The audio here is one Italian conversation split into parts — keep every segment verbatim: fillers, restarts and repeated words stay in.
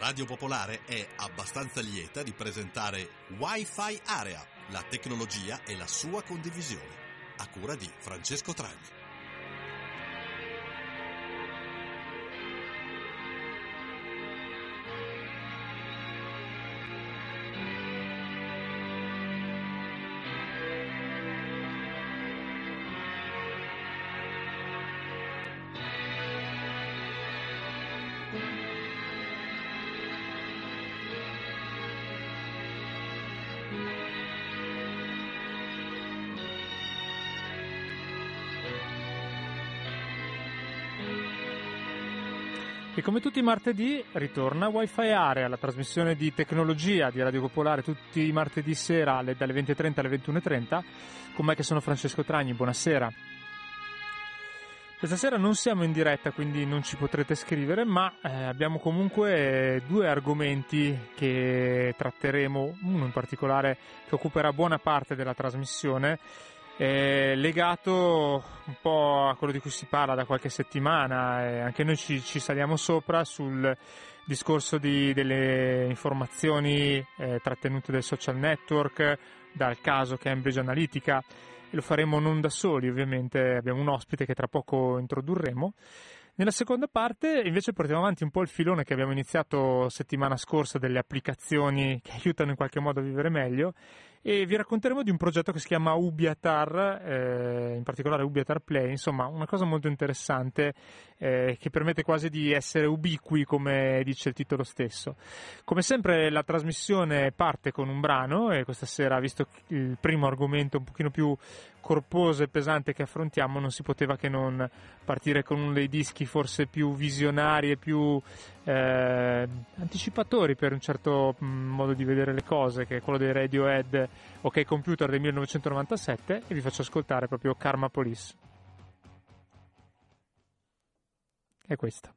Radio Popolare è abbastanza lieta di presentare Wi-Fi Area, la tecnologia e la sua condivisione, a cura di Francesco Tragni. E come tutti i martedì ritorna Wi-Fi Area, la trasmissione di tecnologia di Radio Popolare tutti i martedì sera alle, dalle venti e trenta alle ventuno e trenta, con me che sono Francesco Tragni. Buonasera. Questa sera non siamo in diretta, quindi non ci potrete scrivere, ma eh, abbiamo comunque due argomenti che tratteremo, uno in particolare che occuperà buona parte della trasmissione, è legato un po' a quello di cui si parla da qualche settimana, e anche noi ci, ci saliamo sopra sul discorso di, delle informazioni eh, trattenute dai social network, dal caso Cambridge Analytica, e lo faremo non da soli, ovviamente abbiamo un ospite che tra poco introdurremo. Nella seconda parte invece portiamo avanti un po' il filone che abbiamo iniziato settimana scorsa delle applicazioni che aiutano in qualche modo a vivere meglio, e vi racconteremo di un progetto che si chiama Ubiatar, eh, in particolare Ubiatar Play, insomma una cosa molto interessante eh, che permette quasi di essere ubiqui, come dice il titolo stesso. Come sempre la trasmissione parte con un brano, e questa sera, visto il primo argomento un pochino più corposo e pesante che affrontiamo, non si poteva che non partire con uno dei dischi forse più visionari e più eh, anticipatori per un certo mh, modo di vedere le cose, che è quello dei Radiohead, OK Computer del millenovecentonovantasette, e vi faccio ascoltare proprio Karma Police. È questa.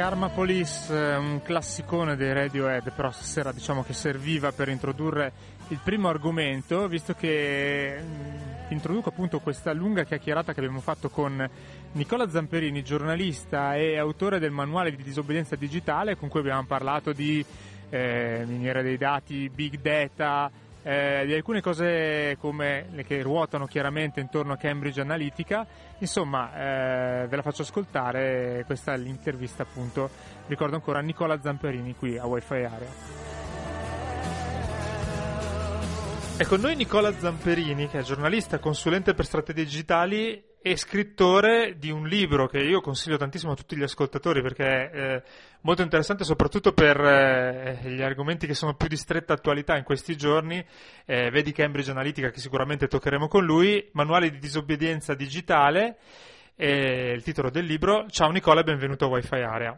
Karma Police, un classicone dei Radiohead, però stasera diciamo che serviva per introdurre il primo argomento, visto che mh, introduco appunto questa lunga chiacchierata che abbiamo fatto con Nicola Zamperini, giornalista e autore del manuale di disobbedienza digitale, con cui abbiamo parlato di eh, miniera dei dati, big data, Eh, di alcune cose come le che ruotano chiaramente intorno a Cambridge Analytica. Insomma, eh, ve la faccio ascoltare, questa è l'intervista appunto, ricordo ancora, Nicola Zamperini qui a Wi-Fi Area. È con noi Nicola Zamperini, che è giornalista, consulente per strategie digitali e scrittore di un libro che io consiglio tantissimo a tutti gli ascoltatori, perché è eh, molto interessante soprattutto per eh, gli argomenti che sono più di stretta attualità in questi giorni. Eh, vedi Cambridge Analytica, che sicuramente toccheremo con lui, manuale di disobbedienza digitale, è il titolo del libro. Ciao Nicola e benvenuto a Wi-Fi Area.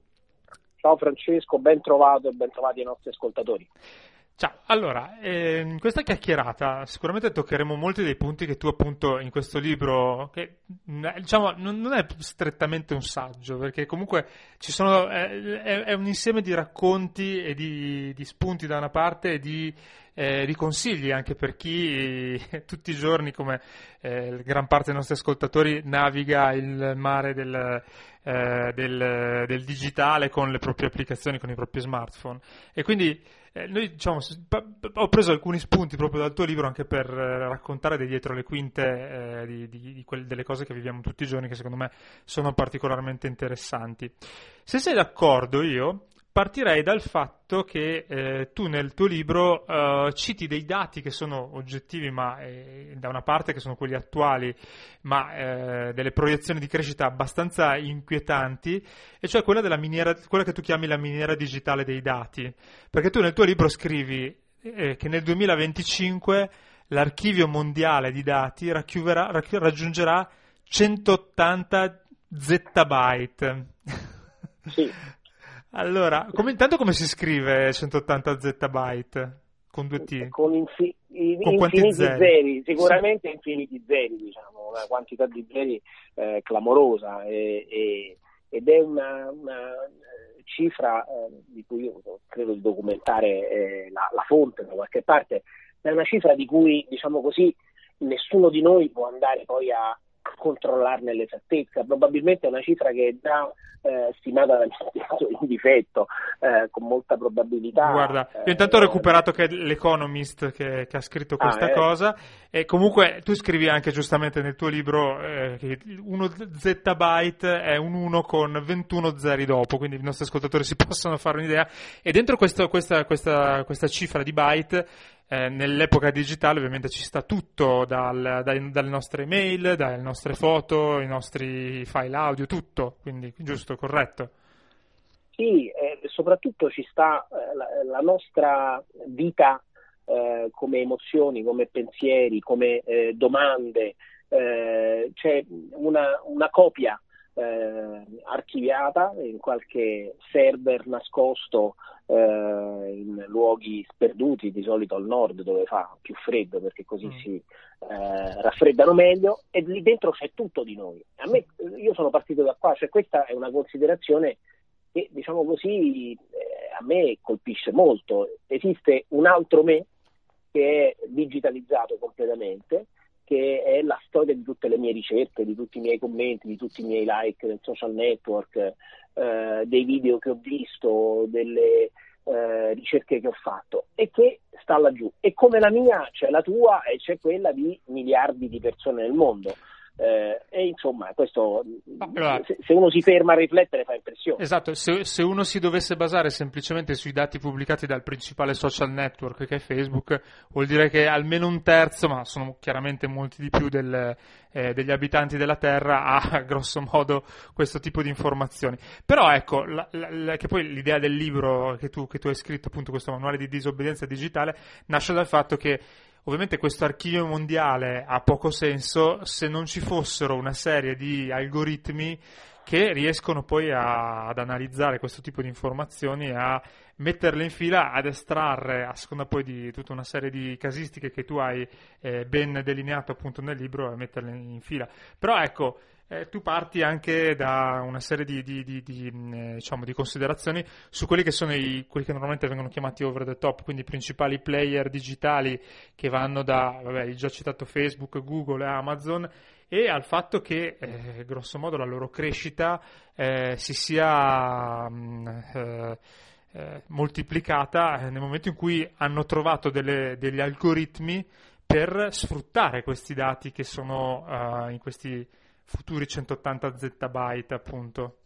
Ciao Francesco, ben trovato e ben trovati ai nostri ascoltatori. Ciao, allora, eh, in questa chiacchierata sicuramente toccheremo molti dei punti che tu appunto in questo libro, che diciamo non, non è strettamente un saggio, perché comunque ci sono, è, è un insieme di racconti e di, di spunti da una parte e di, eh, di consigli anche per chi eh, tutti i giorni, come eh, gran parte dei nostri ascoltatori, naviga il mare del, eh, del, del digitale con le proprie applicazioni, con i propri smartphone. E quindi Eh, noi diciamo, ho preso alcuni spunti proprio dal tuo libro anche per eh, raccontare dei dietro le quinte eh, di, di, di quelle, delle cose che viviamo tutti i giorni, che secondo me sono particolarmente interessanti. Se sei d'accordo, io partirei dal fatto che eh, tu nel tuo libro eh, citi dei dati che sono oggettivi, ma eh, da una parte che sono quelli attuali, ma eh, delle proiezioni di crescita abbastanza inquietanti, e cioè quella della miniera, quella che tu chiami la miniera digitale dei dati, perché tu nel tuo libro scrivi eh, che nel duemilaventicinque l'archivio mondiale di dati racchiuderà, racchi- raggiungerà centottanta zettabyte. Sì. Allora, come, intanto come si scrive centottanta zettabyte? Con due T? Con, infi- con infiniti zeri, zeri sicuramente sì. Infiniti zeri, diciamo, una quantità di zeri eh, clamorosa, e, e, ed è una, una cifra eh, di cui io credo di documentare eh, la, la fonte da qualche parte, è una cifra di cui, diciamo così, nessuno di noi può andare poi a, a controllarne l'esattezza. Probabilmente è una cifra che è già eh, stimata dal Ministero in difetto, eh, con molta probabilità. Guarda, io intanto ho recuperato che è l'Economist che, che ha scritto questa ah, eh. cosa, e comunque tu scrivi anche giustamente nel tuo libro eh, che uno zettabyte è un uno con ventuno zeri dopo, quindi i nostri ascoltatori si possono fare un'idea, e dentro questo, questa, questa, questa cifra di byte Eh, nell'epoca digitale ovviamente ci sta tutto, dal, dai, dalle nostre email, dalle nostre foto, i nostri file audio, tutto, quindi giusto, corretto? Sì, e soprattutto ci sta eh, la, la nostra vita eh, come emozioni, come pensieri, come eh, domande, eh, c'è una, una copia eh, archiviata in qualche server nascosto eh, in luoghi sperduti, di solito al nord dove fa più freddo, perché così mm. si eh, raffreddano meglio, e lì dentro c'è tutto di noi. A me, io sono partito da qua, cioè questa è una considerazione che, diciamo così, eh, a me colpisce molto. Esiste un altro me che è digitalizzato completamente, che è la storia di tutte le mie ricerche, di tutti i miei commenti, di tutti i miei like nel social network, eh, dei video che ho visto, delle eh, ricerche che ho fatto, e che sta laggiù. E come la mia c'è la tua e c'è quella di miliardi di persone nel mondo. Eh, e insomma, questo allora, se, se uno si ferma a riflettere fa impressione. Esatto, se, se uno si dovesse basare semplicemente sui dati pubblicati dal principale social network che è Facebook, vuol dire che almeno un terzo, ma sono chiaramente molti di più del, eh, degli abitanti della Terra ha grosso modo questo tipo di informazioni. Però ecco, la, la, la, che poi l'idea del libro che tu, che tu hai scritto, appunto questo manuale di disobbedienza digitale, nasce dal fatto che ovviamente questo archivio mondiale ha poco senso se non ci fossero una serie di algoritmi che riescono poi a, ad analizzare questo tipo di informazioni, a metterle in fila, ad estrarre, a seconda poi di tutta una serie di casistiche che tu hai eh, ben delineato appunto nel libro, e metterle in fila. Però ecco, eh, tu parti anche da una serie di, di, di, di, eh, diciamo, di considerazioni su quelli che sono i, quelli che normalmente vengono chiamati over the top, quindi i principali player digitali che vanno da, vabbè, il già citato Facebook, Google e Amazon, e al fatto che eh, grosso modo la loro crescita eh, si sia mh, eh, eh, moltiplicata nel momento in cui hanno trovato delle, degli algoritmi per sfruttare questi dati che sono uh, in questi futuri centottanta zettabyte, appunto.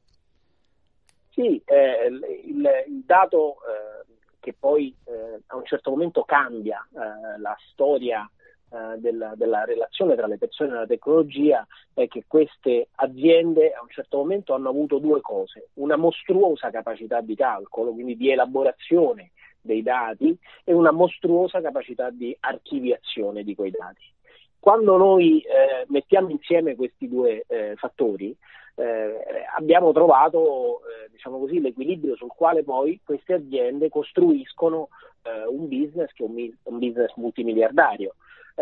Sì, eh, il, il dato eh, che poi eh, a un certo momento cambia eh, la storia eh, della, della relazione tra le persone e la tecnologia è che queste aziende a un certo momento hanno avuto due cose: una mostruosa capacità di calcolo, quindi di elaborazione dei dati, e una mostruosa capacità di archiviazione di quei dati. Quando noi eh, mettiamo insieme questi due eh, fattori, eh, abbiamo trovato eh, diciamo così, l'equilibrio sul quale poi queste aziende costruiscono eh, un business che è un, un business multimiliardario.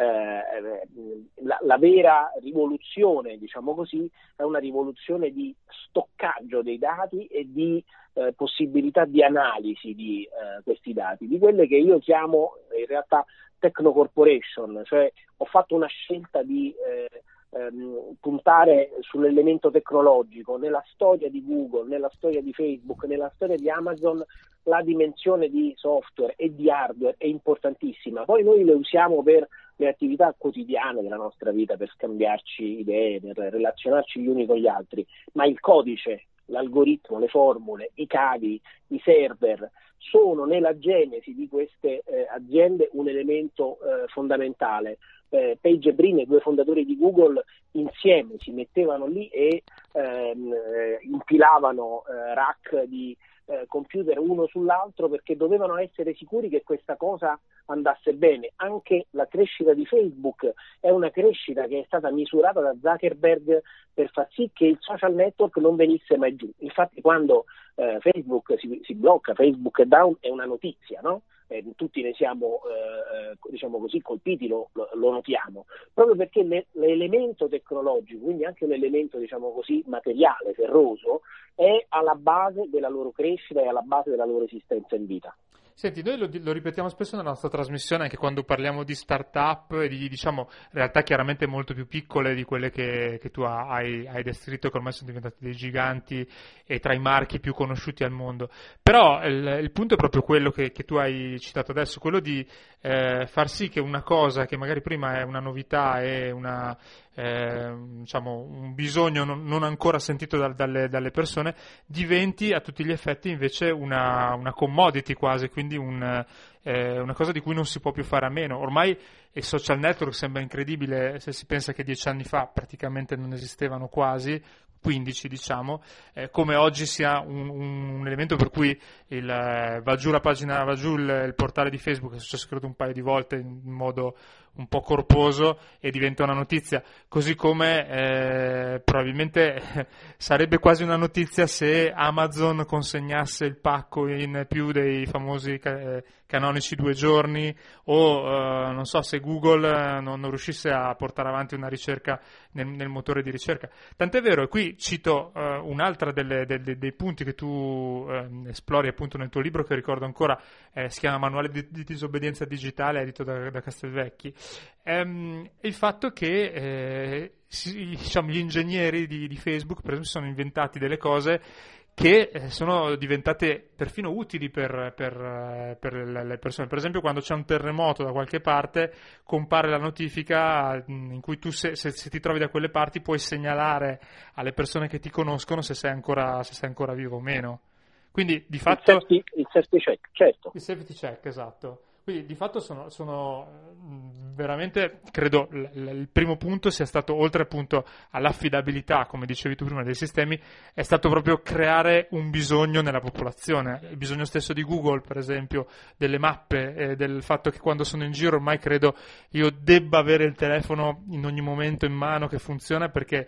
Eh, la, la vera rivoluzione, diciamo così, è una rivoluzione di stoccaggio dei dati e di eh, possibilità di analisi di eh, questi dati, di quelle che io chiamo in realtà techno corporation, cioè ho fatto una scelta di eh, ehm, puntare sull'elemento tecnologico. Nella storia di Google, nella storia di Facebook, nella storia di Amazon, la dimensione di software e di hardware è importantissima. Poi noi le usiamo per le attività quotidiane della nostra vita, per scambiarci idee, per relazionarci gli uni con gli altri, ma il codice, l'algoritmo, le formule, i cavi, i server sono nella genesi di queste eh, aziende un elemento eh, fondamentale. Eh, Page e Brin, i due fondatori di Google, insieme si mettevano lì e ehm, impilavano eh, rack di eh, computer uno sull'altro, perché dovevano essere sicuri che questa cosa andasse bene. Anche la crescita di Facebook è una crescita che è stata misurata da Zuckerberg per far sì che il social network non venisse mai giù. Infatti quando eh, Facebook si, si blocca, Facebook è down, è una notizia, no? Eh, tutti ne siamo eh, diciamo così colpiti, lo, lo notiamo, proprio perché le, l'elemento tecnologico, quindi anche un elemento diciamo così materiale, ferroso, è alla base della loro crescita e alla base della loro esistenza in vita. Senti, noi lo, lo ripetiamo spesso nella nostra trasmissione, anche quando parliamo di start-up e di, diciamo, realtà chiaramente molto più piccole di quelle che, che tu hai, hai descritto, che ormai sono diventate dei giganti e tra i marchi più conosciuti al mondo. Però il, il punto è proprio quello che, che tu hai citato adesso, quello di eh, far sì che una cosa che magari prima è una novità e una... Eh, diciamo un bisogno non, non ancora sentito da, dalle, dalle persone, diventi a tutti gli effetti invece una, una commodity quasi, quindi un, eh, una cosa di cui non si può più fare a meno. Ormai il social network sembra incredibile se si pensa che dieci anni fa praticamente non esistevano quasi, quindici diciamo, eh, come oggi sia un, un elemento per cui il, eh, va giù la pagina, va giù il, il portale di Facebook, è successo credo un paio di volte in modo un po' corposo e diventa una notizia, così come eh, probabilmente eh, sarebbe quasi una notizia se Amazon consegnasse il pacco in più dei famosi eh, canonici due giorni, o eh, non so, se Google eh, non, non riuscisse a portare avanti una ricerca nel, nel motore di ricerca. Tant'è vero, e qui cito eh, un'altra delle, delle, dei punti che tu eh, esplori appunto nel tuo libro, che ricordo ancora, eh, si chiama Manuale di, di disobbedienza digitale, edito da, da Castelvecchi. Ehm, il fatto che eh, si, diciamo, gli ingegneri di, di Facebook, per esempio, sono inventati delle cose che eh, sono diventate perfino utili per, per, per le persone. Per esempio, quando c'è un terremoto da qualche parte, compare la notifica in cui tu, se, se, se ti trovi da quelle parti, puoi segnalare alle persone che ti conoscono se sei ancora, se sei ancora vivo o meno. Quindi, di fatto... Il safety, il safety check, certo. Il safety check, esatto. Quindi di fatto sono, sono veramente, credo, l- l- il primo punto sia stato, oltre appunto all'affidabilità, come dicevi tu prima, dei sistemi, è stato proprio creare un bisogno nella popolazione. Il bisogno stesso di Google, per esempio, delle mappe, eh, del fatto che quando sono in giro ormai credo io debba avere il telefono in ogni momento in mano che funziona, perché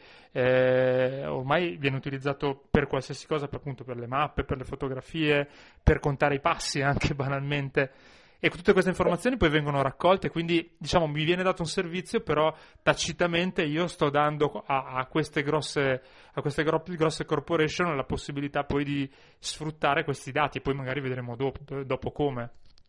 eh, ormai viene utilizzato per qualsiasi cosa, per, appunto per le mappe, per le fotografie, per contare i passi anche banalmente. E tutte queste informazioni poi vengono raccolte, quindi diciamo mi viene dato un servizio, però tacitamente io sto dando a, a queste grosse a queste gro- grosse corporation la possibilità poi di sfruttare questi dati, e poi magari vedremo dopo, dopo come.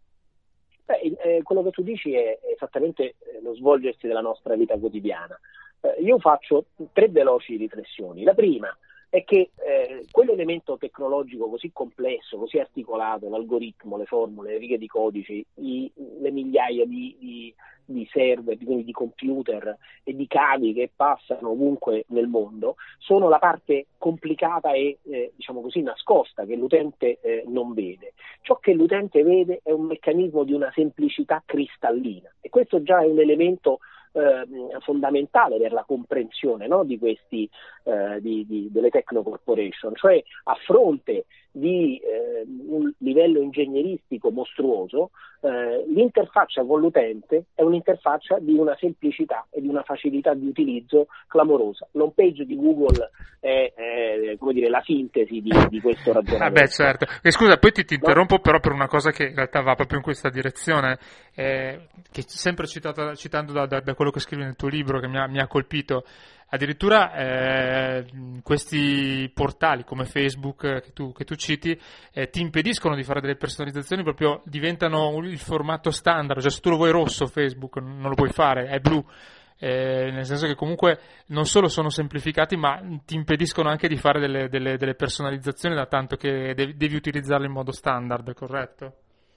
Beh, eh, quello che tu dici è esattamente lo svolgersi della nostra vita quotidiana. Eh, io faccio tre veloci riflessioni. La prima è che eh, quell'elemento tecnologico così complesso, così articolato, l'algoritmo, le formule, le righe di codice, i, le migliaia di, di, di server, quindi di computer e di cavi che passano ovunque nel mondo, sono la parte complicata e eh, diciamo così nascosta che l'utente eh, non vede. Ciò che l'utente vede è un meccanismo di una semplicità cristallina, e questo già è un elemento Eh, fondamentale per la comprensione, no, di questi eh, di, di, delle techno corporation, cioè a fronte di eh, un livello ingegneristico mostruoso, eh, l'interfaccia con l'utente è un'interfaccia di una semplicità e di una facilità di utilizzo clamorosa. L'home page di Google è, è come dire, la sintesi di, di questo ragionamento. Ah beh, certo. E scusa, poi ti, ti interrompo, no? Però per una cosa che in realtà va proprio in questa direzione, eh, che sempre citata, citando da, da, da quello che scrivi nel tuo libro, che mi ha, mi ha colpito. Addirittura eh, questi portali come Facebook che tu, che tu citi eh, ti impediscono di fare delle personalizzazioni, proprio diventano il formato standard, cioè se tu lo vuoi rosso Facebook non lo puoi fare, è blu, eh, nel senso che comunque non solo sono semplificati ma ti impediscono anche di fare delle, delle, delle personalizzazioni, da tanto che devi, devi utilizzarle in modo standard, corretto?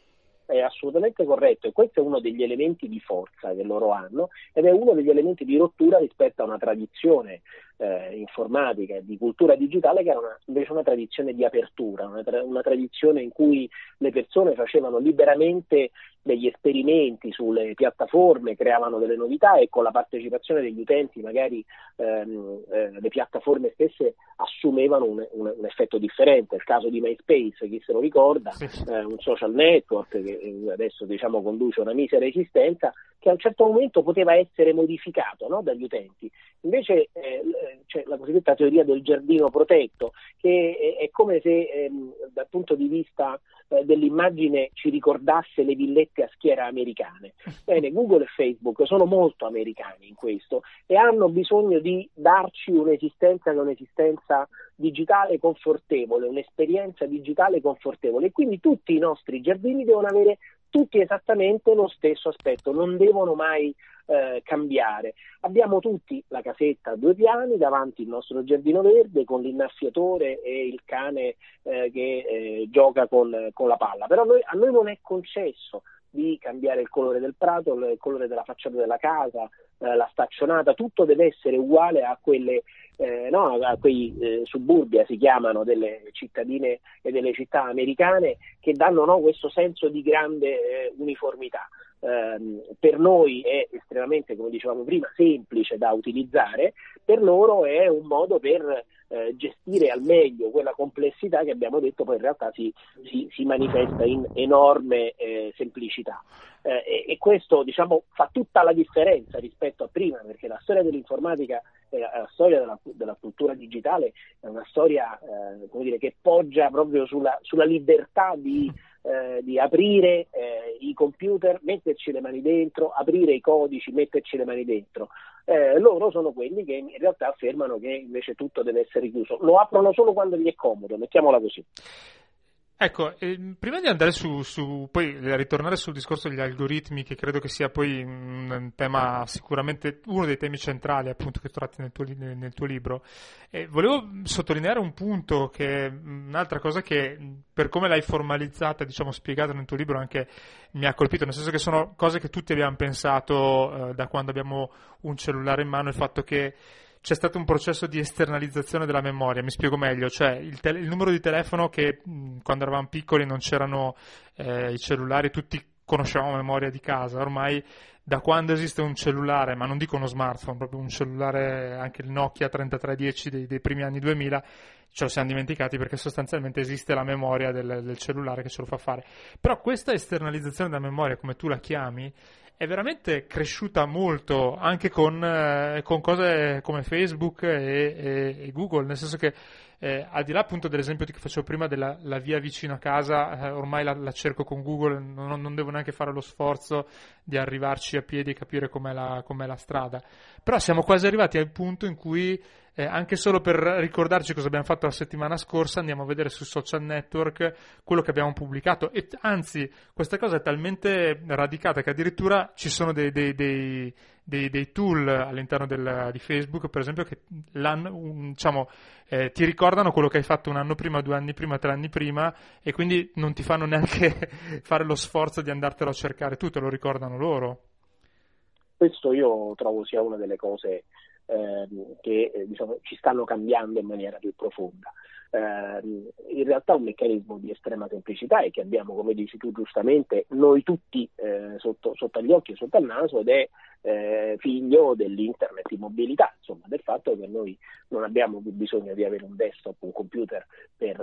È assolutamente corretto, e questo è uno degli elementi di forza che loro hanno, ed è uno degli elementi di rottura rispetto a una tradizione eh, informatica e di cultura digitale che era una, invece una tradizione di apertura, una, tra- una tradizione in cui le persone facevano liberamente degli esperimenti sulle piattaforme, creavano delle novità, e con la partecipazione degli utenti magari ehm, eh, le piattaforme stesse assumevano un, un, un effetto differente. Il caso di MySpace, chi se lo ricorda, eh, un social network che adesso diciamo conduce una misera esistenza, che a un certo momento poteva essere modificato, no, dagli utenti. Invece eh, c'è la cosiddetta teoria del giardino protetto, che è, è come se ehm, dal punto di vista eh, dell'immagine ci ricordasse le villette a schiera americane. Bene, Google e Facebook sono molto americani in questo e hanno bisogno di darci un'esistenza che è un'esistenza digitale confortevole, un'esperienza digitale confortevole, e quindi tutti i nostri giardini devono avere tutti esattamente lo stesso aspetto, non devono mai eh, cambiare. Abbiamo tutti la casetta a due piani, davanti il nostro giardino verde con l'innaffiatore e il cane eh, che eh, gioca con, con la palla, però noi, a noi non è concesso di cambiare il colore del prato, il colore della facciata della casa, eh, la staccionata, tutto deve essere uguale a quelle eh, no, a quei eh, suburbia, si chiamano, delle cittadine e delle città americane, che danno, no, questo senso di grande eh, uniformità. Eh, per noi è estremamente, come dicevamo prima, semplice da utilizzare, per loro è un modo per eh, gestire al meglio quella complessità che abbiamo detto poi in realtà si, si, si manifesta in enorme eh, semplicità. Eh, e, e questo, diciamo, fa tutta la differenza rispetto a prima, perché la storia dell'informatica e la, la storia della, della cultura digitale è una storia eh, come dire, che poggia proprio sulla, sulla libertà di Eh, di aprire eh, i computer, metterci le mani dentro, aprire i codici, metterci le mani dentro. Eh, loro sono quelli che in realtà affermano che invece tutto deve essere chiuso. Lo aprono solo quando gli è comodo, mettiamola così. Ecco, eh, prima di andare su, su, poi ritornare sul discorso degli algoritmi, che credo che sia poi un tema sicuramente uno dei temi centrali appunto che tratti nel tuo, nel tuo libro, eh, volevo sottolineare un punto, che un'altra cosa che per come l'hai formalizzata, diciamo spiegata nel tuo libro, anche mi ha colpito, nel senso che sono cose che tutti abbiamo pensato eh, da quando abbiamo un cellulare in mano, il fatto che c'è stato un processo di esternalizzazione della memoria. Mi spiego meglio, cioè il, tele- il numero di telefono che mh, quando eravamo piccoli non c'erano eh, i cellulari, tutti conoscevamo la memoria di casa. Ormai da quando esiste un cellulare, ma non dico uno smartphone, proprio un cellulare, anche il Nokia trentatré dieci dei, dei primi anni duemila, ce lo siamo dimenticati, perché sostanzialmente esiste la memoria del, del cellulare che ce lo fa fare. Però questa esternalizzazione della memoria, come tu la chiami, è veramente cresciuta molto, anche con, eh, con cose come Facebook e, e, e Google, nel senso che eh, al di là appunto dell'esempio che facevo prima della la via vicino a casa, eh, ormai la, la cerco con Google, non, non devo neanche fare lo sforzo di arrivarci a piedi e capire com'è la, com'è la strada. Però siamo quasi arrivati al punto in cui Eh, anche solo per ricordarci cosa abbiamo fatto la settimana scorsa andiamo a vedere sui social network quello che abbiamo pubblicato, e anzi questa cosa è talmente radicata che addirittura ci sono dei, dei, dei, dei, dei tool all'interno del, di Facebook, per esempio, che un, diciamo, eh, ti ricordano quello che hai fatto un anno prima, due anni prima, tre anni prima, e quindi non ti fanno neanche fare lo sforzo di andartelo a cercare tu, te lo ricordano loro. Questo io trovo sia una delle cose Eh, che eh, diciamo, ci stanno cambiando in maniera più profonda. Eh, in realtà un meccanismo di estrema semplicità è che abbiamo, come dici tu giustamente, noi tutti eh, sotto, sotto agli occhi e sotto al naso, ed è eh, figlio dell'internet in mobilità, insomma, del fatto che noi non abbiamo più bisogno di avere un desktop, un computer per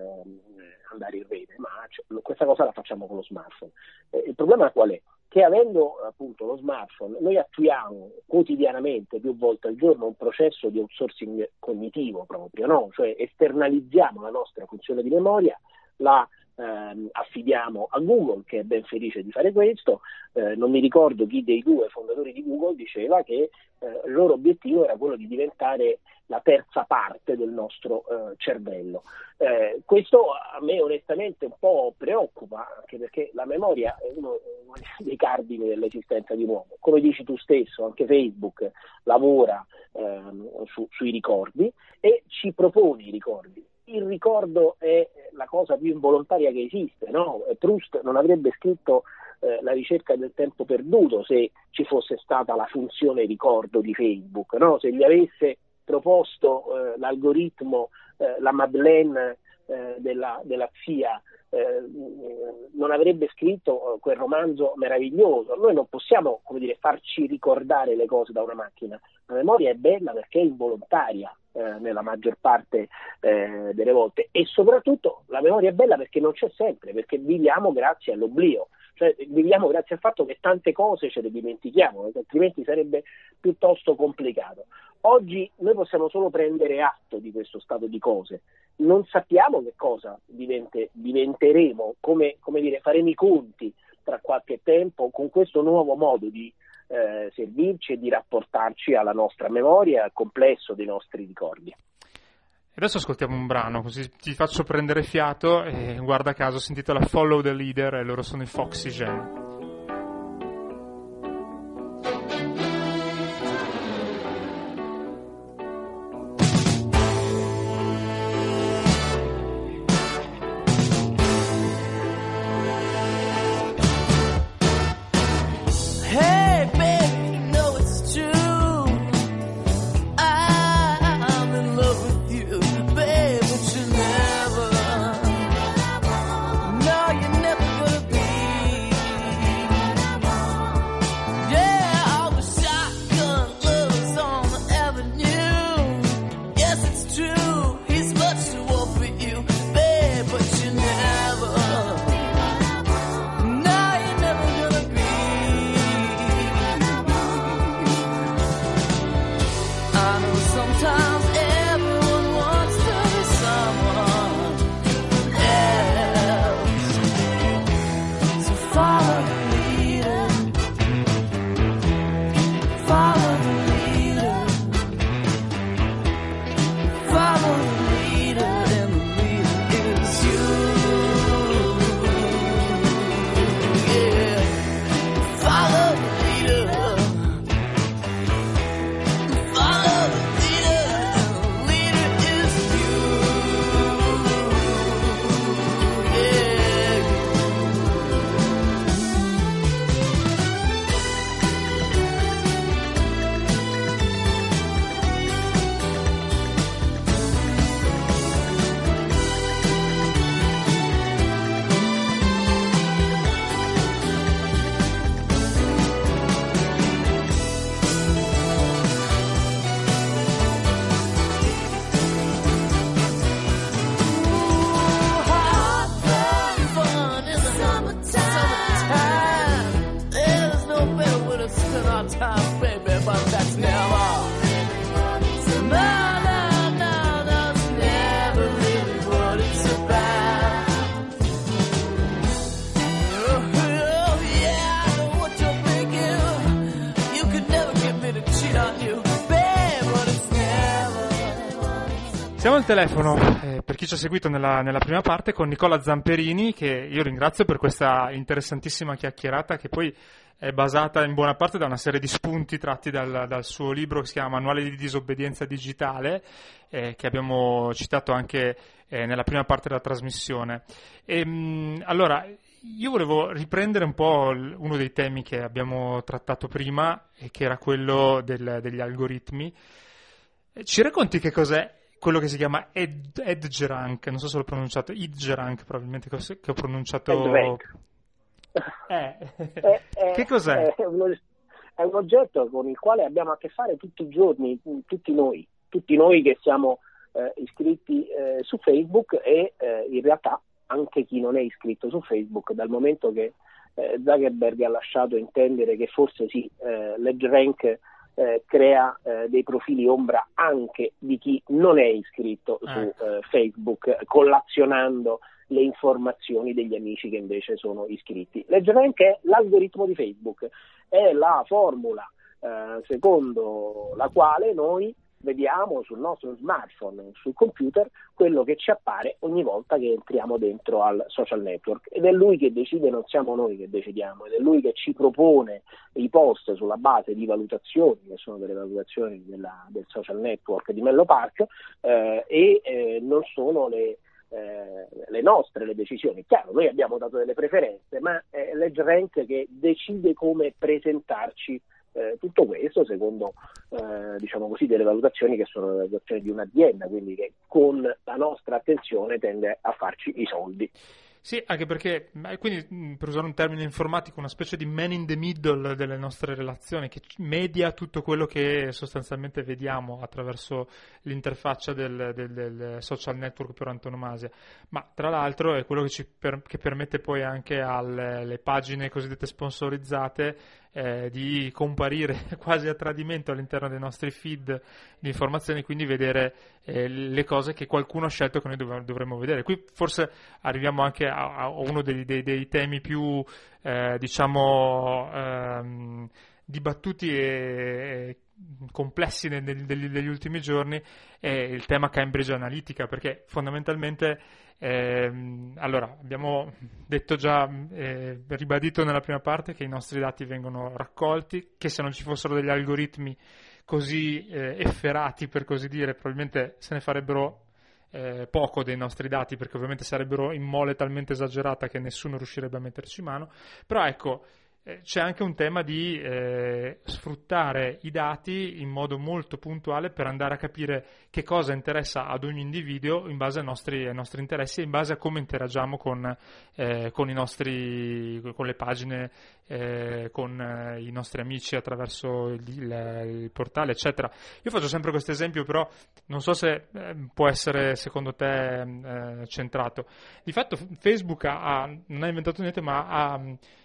eh, andare in rete, ma cioè, questa cosa la facciamo con lo smartphone. Eh, il problema qual è? Che avendo appunto lo smartphone noi attuiamo quotidianamente, più volte al giorno, un processo di outsourcing cognitivo proprio, no? Cioè esternalizziamo la nostra funzione di memoria, la ehm, affidiamo a Google, che è ben felice di fare questo. Eh, non mi ricordo chi dei due fondatori di Google diceva che eh, il loro obiettivo era quello di diventare la terza parte del nostro eh, cervello. Eh, questo a me onestamente un po' preoccupa, anche perché la memoria è uno, uno dei cardini dell'esistenza di un uomo. Come dici tu stesso, anche Facebook lavora ehm, su, sui ricordi e ci propone i ricordi. Il ricordo è la cosa più involontaria che esiste, no? Proust non avrebbe scritto eh, La ricerca del tempo perduto se ci fosse stata la funzione ricordo di Facebook, no? Se gli avesse proposto eh, l'algoritmo, eh, la Madeleine eh, della, della zia, eh, non avrebbe scritto quel romanzo meraviglioso. Noi non possiamo, come dire, farci ricordare le cose da una macchina. La memoria è bella perché è involontaria eh, nella maggior parte eh, delle volte, e soprattutto la memoria è bella perché non c'è sempre, perché viviamo grazie all'oblio. Cioè viviamo grazie al fatto che tante cose ce le dimentichiamo, perché altrimenti sarebbe piuttosto complicato. Oggi noi possiamo solo prendere atto di questo stato di cose, non sappiamo che cosa divente, diventeremo, come, come dire, faremo i conti tra qualche tempo con questo nuovo modo di eh, servirci e di rapportarci alla nostra memoria e al complesso dei nostri ricordi. Adesso ascoltiamo un brano, così ti faccio prendere fiato, e guarda caso si intitola Follow the Leader e loro sono i Foxygen. But that's never, no, no, no, that's never Abbiamo il telefono, eh, per chi ci ha seguito nella, nella prima parte, con Nicola Zamperini, che io ringrazio per questa interessantissima chiacchierata, che poi è basata in buona parte da una serie di spunti tratti dal, dal suo libro che si chiama Manuale di disobbedienza digitale, eh, che abbiamo citato anche eh, nella prima parte della trasmissione. E, mh, allora, io volevo riprendere un po' uno dei temi che abbiamo trattato prima, e che era quello del, degli algoritmi. Ci racconti che cos'è quello che si chiama ed, EdgeRank? Non so se l'ho pronunciato, EdgeRank probabilmente, che ho pronunciato... EdgeRank. Eh. è, è, che cos'è? È un, è un oggetto con il quale abbiamo a che fare tutti i giorni, tutti noi, tutti noi che siamo eh, iscritti eh, su Facebook e eh, in realtà anche chi non è iscritto su Facebook, dal momento che eh, Zuckerberg ha lasciato intendere che forse sì, eh, l'EdgeRank Eh, crea eh, dei profili ombra anche di chi non è iscritto su eh, Facebook, collazionando le informazioni degli amici che invece sono iscritti. LedgerRank è l'algoritmo di Facebook, è la formula eh, secondo la quale noi vediamo sul nostro smartphone, sul computer, quello che ci appare ogni volta che entriamo dentro al social network, ed è lui che decide, non siamo noi che decidiamo, ed è lui che ci propone i post sulla base di valutazioni, che sono delle valutazioni della, del social network di Menlo Park, eh, e eh, non sono le Eh, le nostre le decisioni. Chiaro, noi abbiamo dato delle preferenze, ma è l'EdgeRank che decide come presentarci eh, tutto questo secondo eh, diciamo così delle valutazioni che sono le valutazioni di un'azienda, quindi che con la nostra attenzione tende a farci i soldi. Sì, anche perché, quindi per usare un termine informatico, una specie di man in the middle delle nostre relazioni, che media tutto quello che sostanzialmente vediamo attraverso l'interfaccia del, del, del social network per antonomasia. Ma tra l'altro è quello che, ci per, che permette poi anche alle pagine cosiddette sponsorizzate eh, di comparire quasi a tradimento all'interno dei nostri feed di informazioni, quindi vedere eh, le cose che qualcuno ha scelto che noi dov- dovremmo vedere. Qui forse arriviamo anche a, a uno dei, dei, dei temi più eh, diciamo ehm, dibattuti e complessi nel, degli, degli ultimi giorni, è il tema Cambridge Analytica, perché fondamentalmente ehm, allora abbiamo detto già, eh, ribadito nella prima parte, che i nostri dati vengono raccolti, che se non ci fossero degli algoritmi così eh, efferati, per così dire, probabilmente se ne farebbero eh, poco dei nostri dati, perché ovviamente sarebbero in mole talmente esagerata che nessuno riuscirebbe a metterci mano. Però ecco, eh, c'è anche un tema di eh, sfruttare i dati in modo molto puntuale per andare a capire che cosa interessa ad ogni individuo in base ai nostri, ai nostri interessi e in base a come interagiamo con, eh, con i nostri, con le pagine, eh, con eh, i nostri amici attraverso il, il, il portale, eccetera. Io faccio sempre questo esempio, però non so se eh, può essere secondo te eh, centrato. Di fatto Facebook ha, non ha inventato niente, ma ha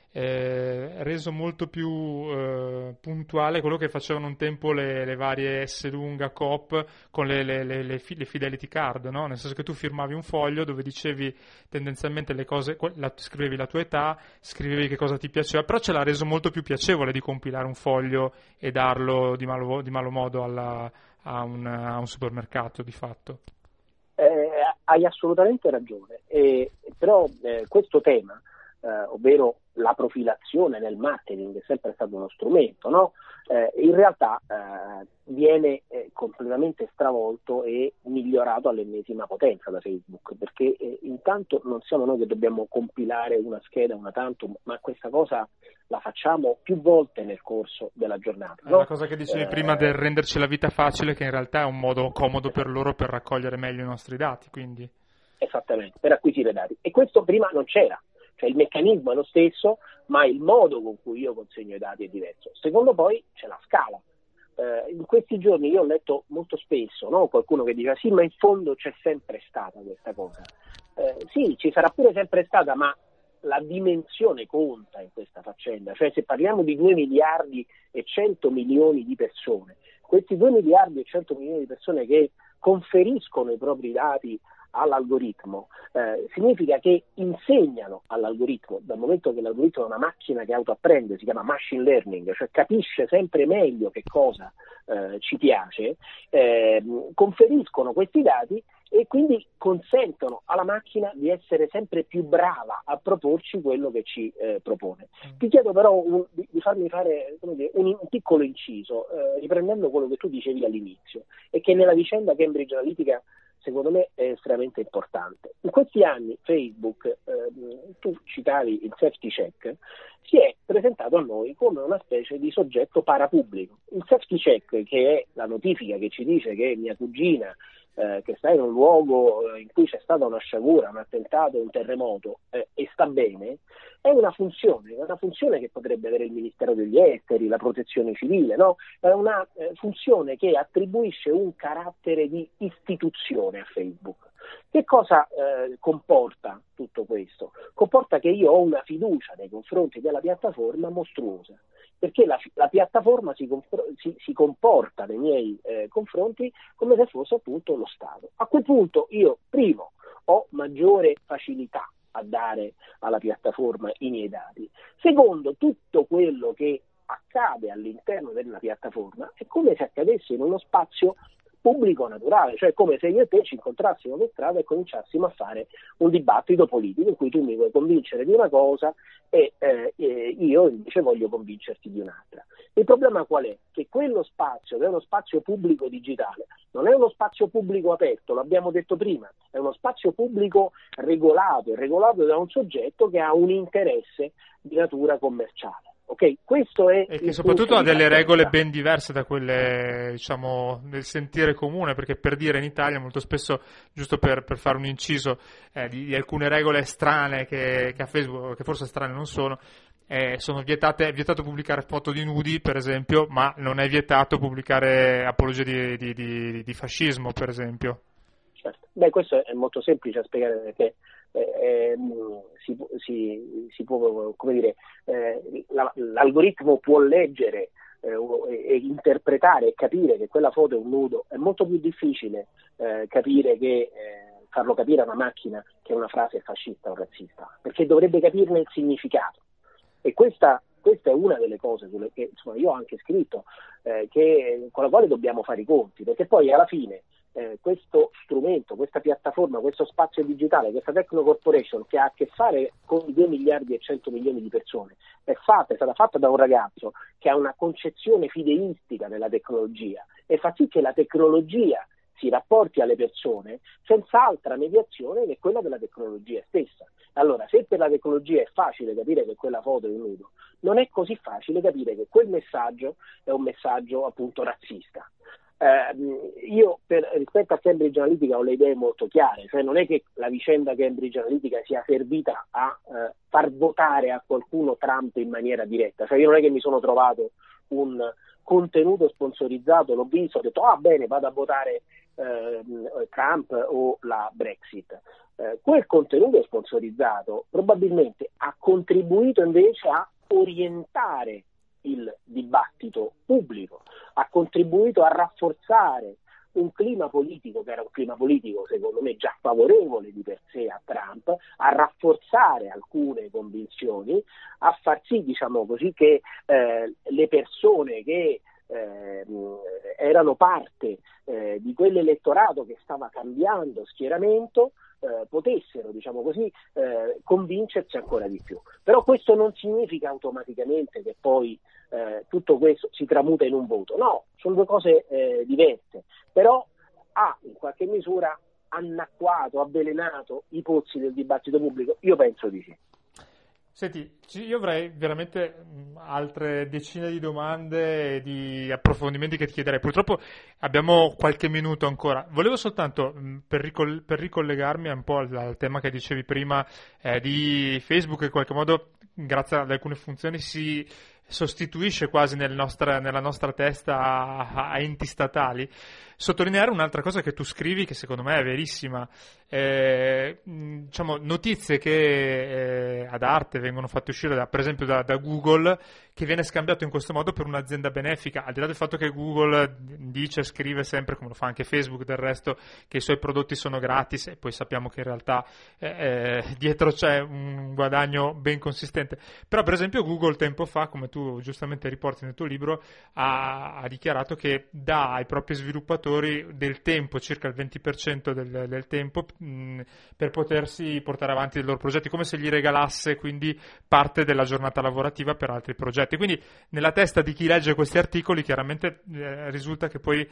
Eh, reso molto più eh, puntuale quello che facevano un tempo le, le varie S lunga Coop con le, le, le, le, le fidelity card, no? Nel senso che tu firmavi un foglio dove dicevi tendenzialmente le cose, la, scrivevi la tua età, scrivevi che cosa ti piaceva, però ce l'ha reso molto più piacevole di compilare un foglio e darlo di malo, di malo modo alla, a, un, a un supermercato di fatto. Eh, hai assolutamente ragione, eh, però eh, questo tema, eh, ovvero la profilazione nel marketing, è sempre stato uno strumento, no? Eh, in realtà eh, viene eh, completamente stravolto e migliorato all'ennesima potenza da Facebook, perché eh, intanto non siamo noi che dobbiamo compilare una scheda, una tantum, ma questa cosa la facciamo più volte nel corso della giornata, no? È la cosa che dicevi eh... prima del renderci la vita facile, che in realtà è un modo comodo per loro per raccogliere meglio i nostri dati, quindi. Esattamente, per acquisire dati. E questo prima non c'era. Cioè il meccanismo è lo stesso, ma il modo con cui io consegno i dati è diverso. Secondo poi c'è la scala. Eh, in questi giorni io ho letto molto spesso, no? Qualcuno che diceva sì, ma in fondo c'è sempre stata questa cosa. Eh, sì, ci sarà pure sempre stata, ma la dimensione conta in questa faccenda. Cioè se parliamo di due miliardi e cento milioni di persone, questi due miliardi e cento milioni di persone che conferiscono i propri dati all'algoritmo, eh, significa che insegnano all'algoritmo, dal momento che l'algoritmo è una macchina che autoapprende, si chiama machine learning, cioè capisce sempre meglio che cosa eh, ci piace, eh, conferiscono questi dati e quindi consentono alla macchina di essere sempre più brava a proporci quello che ci eh, propone. Ti chiedo però un, di, di farmi fare come dire, un, un piccolo inciso, eh, riprendendo quello che tu dicevi all'inizio, e che nella vicenda Cambridge Analytica secondo me è estremamente importante. In questi anni Facebook, eh, tu citavi il safety check, si è presentato a noi come una specie di soggetto parapubblico. Il safety check, che è la notifica che ci dice che mia cugina eh, che sta in un luogo in cui c'è stata una sciagura, un attentato, un terremoto eh, e sta bene, è una funzione, è una funzione che potrebbe avere il Ministero degli Esteri, la Protezione Civile, no? È una eh, funzione che attribuisce un carattere di istituzione a Facebook. Che cosa eh, comporta tutto questo? Comporta che io ho una fiducia nei confronti della piattaforma mostruosa, perché la, la piattaforma si, si, si comporta nei miei eh, confronti come se fosse appunto lo Stato. A quel punto io, primo, ho maggiore facilità a dare alla piattaforma i miei dati. Secondo, tutto quello che accade all'interno della piattaforma è come se accadesse in uno spazio pubblico naturale, cioè come se io e te ci incontrassimo per strada e cominciassimo a fare un dibattito politico in cui tu mi vuoi convincere di una cosa e eh, io invece voglio convincerti di un'altra. Il problema qual è? Che quello spazio, che è uno spazio pubblico digitale, non è uno spazio pubblico aperto, l'abbiamo detto prima, è uno spazio pubblico regolato, regolato da un soggetto che ha un interesse di natura commerciale. Okay, questo è e che soprattutto ha delle regole ben diverse da quelle, diciamo, del sentire comune, perché per dire in Italia molto spesso, giusto per, per fare un inciso, eh, di, di alcune regole strane che, che a Facebook, che forse strane non sono, eh, sono vietate, è vietato pubblicare foto di nudi, per esempio, ma non è vietato pubblicare apologie di, di, di, di fascismo, per esempio. Certo. Beh, questo è molto semplice a spiegare, perché Eh, si, si, si può, come dire, eh, la, l'algoritmo può leggere eh, e, e interpretare e capire che quella foto è un nudo. È molto più difficile eh, capire che eh, farlo capire a una macchina che una frase è fascista o razzista, perché dovrebbe capirne il significato. E questa Questa è una delle cose sulle che insomma, io ho anche scritto, eh, che, con la quale dobbiamo fare i conti, perché poi alla fine eh, questo strumento, questa piattaforma, questo spazio digitale, questa Techno Corporation che ha a che fare con due miliardi e cento milioni di persone, è fatta, è stata fatta da un ragazzo che ha una concezione fideistica della tecnologia e fa sì che la tecnologia si rapporti alle persone senza altra mediazione che quella della tecnologia stessa. Allora, se per la tecnologia è facile capire che quella foto è un nudo, non è così facile capire che quel messaggio è un messaggio appunto razzista. Eh, io per, rispetto a Cambridge Analytica ho le idee molto chiare, cioè non è che la vicenda Cambridge Analytica sia servita a eh, far votare a qualcuno Trump in maniera diretta, cioè io non è che mi sono trovato un contenuto sponsorizzato, l'ho visto, ho detto ah bene, vado a votare eh, Trump o la Brexit. Eh, quel contenuto sponsorizzato probabilmente ha contribuito invece a orientare il dibattito pubblico, ha contribuito a rafforzare un clima politico che era un clima politico secondo me già favorevole di per sé a Trump, a rafforzare alcune convinzioni, a far sì, diciamo così, che eh, le persone che eh, erano parte eh, di quell'elettorato che stava cambiando schieramento Eh, potessero, diciamo così, eh, convincersi ancora di più. Però questo non significa automaticamente che poi eh, tutto questo si tramuta in un voto. No, sono due cose eh, diverse. Però ha in qualche misura annacquato, avvelenato i pozzi del dibattito pubblico? Io penso di sì. Senti, io avrei veramente altre decine di domande e di approfondimenti che ti chiederei. Purtroppo abbiamo qualche minuto ancora. Volevo soltanto, per, ricoll- per ricollegarmi un po' al, al tema che dicevi prima eh, di Facebook, che in qualche modo, grazie ad alcune funzioni, si sostituisce quasi nel nostra, nella nostra testa a, a enti statali. Sottolineare un'altra cosa che tu scrivi, che secondo me è verissima, eh, diciamo notizie che eh, ad arte vengono fatte uscire da, per esempio da, da Google, che viene scambiato in questo modo per un'azienda benefica, al di là del fatto che Google dice, scrive sempre, come lo fa anche Facebook del resto, che i suoi prodotti sono gratis, e poi sappiamo che in realtà eh, eh, dietro c'è un guadagno ben consistente. Però per esempio Google tempo fa, come tu giustamente riporti nel tuo libro, ha, ha dichiarato che dà ai propri sviluppatori utilizzatori del tempo, circa il venti per cento del, del tempo, mh, per potersi portare avanti i loro progetti, come se gli regalasse quindi parte della giornata lavorativa per altri progetti. Quindi nella testa di chi legge questi articoli chiaramente eh, risulta che poi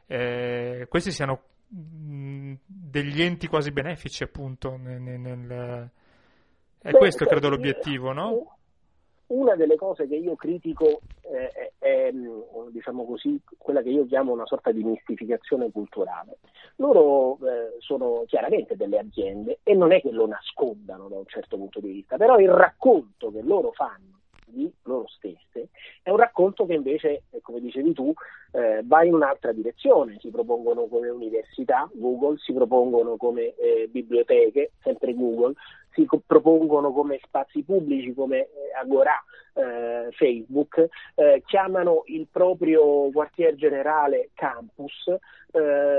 eh, questi siano mh, degli enti quasi benefici, appunto, nel, nel... è Beh, questo credo l'obiettivo, no? Una delle cose che io critico eh, è, è, diciamo così, quella che io chiamo una sorta di mistificazione culturale. Loro eh, sono chiaramente delle aziende e non è che lo nascondano da un certo punto di vista, però il racconto che loro fanno di loro stesse è un racconto che invece, come dicevi tu, eh, va in un'altra direzione. Si propongono come università, Google, si propongono come eh, biblioteche, sempre Google, si co- propongono come spazi pubblici, come eh, Agora, eh, Facebook, eh, chiamano il proprio quartier generale campus, eh,